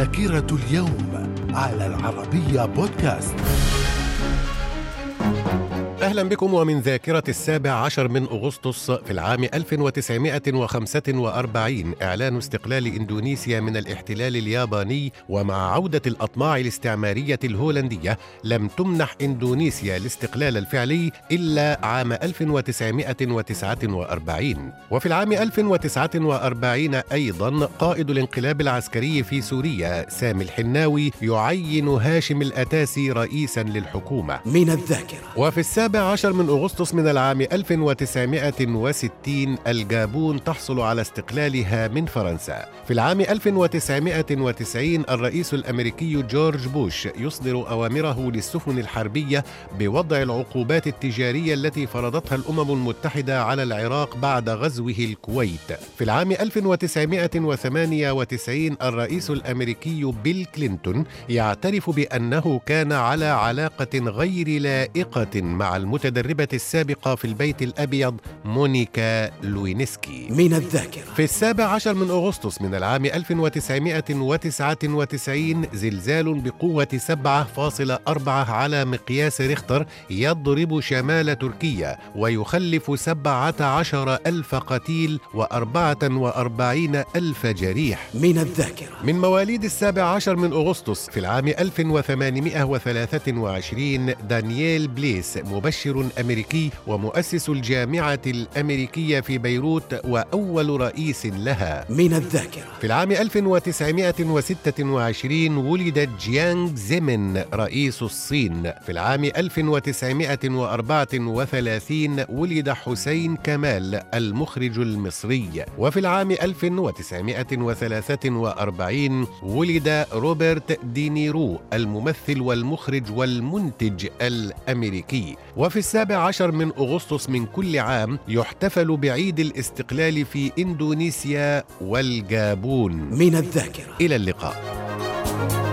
ذاكرة اليوم على العربية بودكاست. أهلا بكم. ومن ذاكرة 17 من أغسطس في العام 1945 إعلان استقلال إندونيسيا من الاحتلال الياباني، ومع عودة الأطماع الاستعمارية الهولندية لم تمنح إندونيسيا الاستقلال الفعلي إلا عام 1949. وفي العام 1940 أيضا قائد الانقلاب العسكري في سوريا سامي الحناوي يعين هاشم الأتاسي رئيسا للحكومة. من الذاكرة. وفي 17 من أغسطس من العام 1960 الجابون تحصل على استقلالها من فرنسا. في العام 1990 الرئيس الأمريكي جورج بوش يصدر أوامره للسفن الحربية بوضع العقوبات التجارية التي فرضتها الأمم المتحدة على العراق بعد غزوه الكويت. في العام 1998 الرئيس الأمريكي بيل كلينتون يعترف بأنه كان على علاقة غير لائقة مع المتدربة السابقة في البيت الأبيض مونيكا لوينسكي. من الذاكرة. في 17 من أغسطس من العام 1999 زلزال بقوة 7.4 على مقياس ريختر يضرب شمال تركيا ويخلف 17,000 قتيل و44,000 جريح. من الذاكرة. من مواليد 17 من أغسطس في العام 1823 دانييل بليس، مبشر أمريكي ومؤسس الجامعة الأمريكية في بيروت وأول رئيس لها. من الذاكرة. في العام 1926 ولد جيانغ زيمين رئيس الصين. في العام 1934 ولد حسين كمال المخرج المصري. وفي العام 1943 ولد روبرت دينيرو الممثل والمخرج والمنتج الأمريكي. وفي 17 من أغسطس من كل عام يحتفل بعيد الاستقلال في إندونيسيا والجابون. من الذاكرة. إلى اللقاء.